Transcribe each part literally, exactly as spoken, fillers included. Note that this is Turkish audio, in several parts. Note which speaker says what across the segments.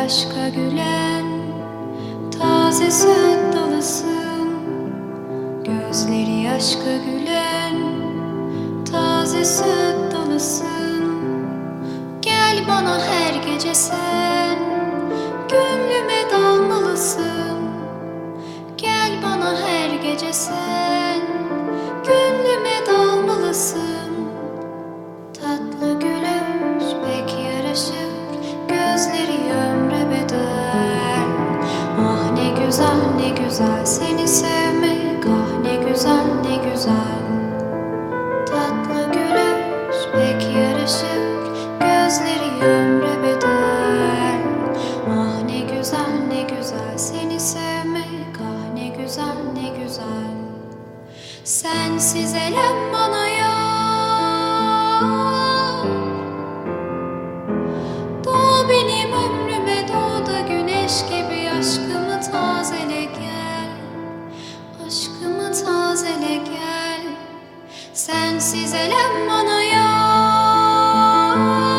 Speaker 1: aşka gülen taze söğüt dalısın. Gözleri aşka gülen taze söğüt dalısın. Gel bana her gece sen, gönlüme dalmalısın. Gel bana her gece sen, gönlüme dalmalısın. Tatlı gülüş pek yaraşır, gözleri ömre bedel. Ah ne güzel ne güzel seni sevmek, ah ne güzel ne güzel. Tatlı gülüş pek yaraşır, gözleri ömre bedel. Ah ne güzel ne güzel seni sevmek, ah ne güzel ne güzel. Sensiz elem bana yar, doğ benim ömrüme, doğ da güneş gibi aşkımı tazele gel. Aşkımı tazele gel. Sensiz elem bana yar,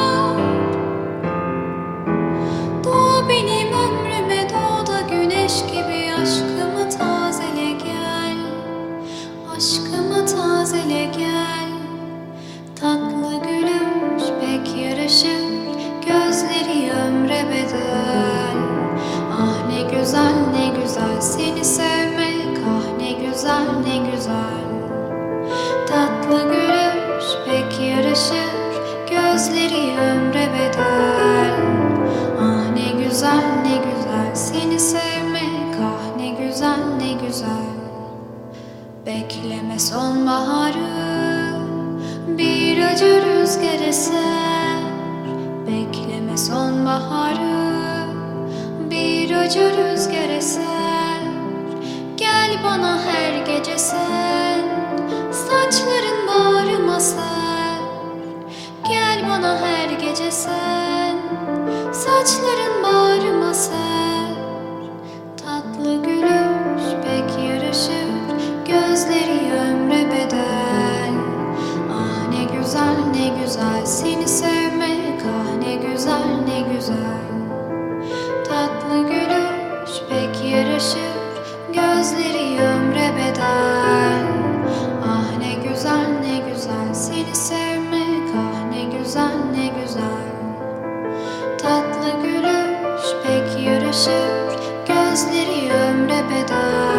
Speaker 1: doğ benim ömrüme, doğ da güneş gibi aşkımı tazele gel. Aşkımı tazele gel. Tatlı gülüş pek yaraşır, gözleri ömre bedel. Ah ne güzel ne güzel seni sevmek, ah ne güzel ne güzel. Tatlı gülüş pek yaraşır, gözleri ömre bedel. Ah ne güzel ne güzel seni sevmek, ah ne güzel ne güzel. Bekleme sonbaharı, bir acı rüzgar eser. Bekleme sonbaharı, bir acı rüzgar eser. Gel bana her gece sen, saçların bağrıma ser. Gel bana her gece sen, saçların bağrıma ser. Tatlı gülüş pek yaraşır, gözleri ömre bedel. Ah ne güzel ne güzel seni sevmek, ah ne güzel ne güzel. Tatlı gülüş pek yaraşır, gözleri ömre bedel. Ah ne güzel ne güzel seni sevmek, ah ne güzel ne güzel. Tatlı gülüş pek yaraşır, gözleri ömre bedel.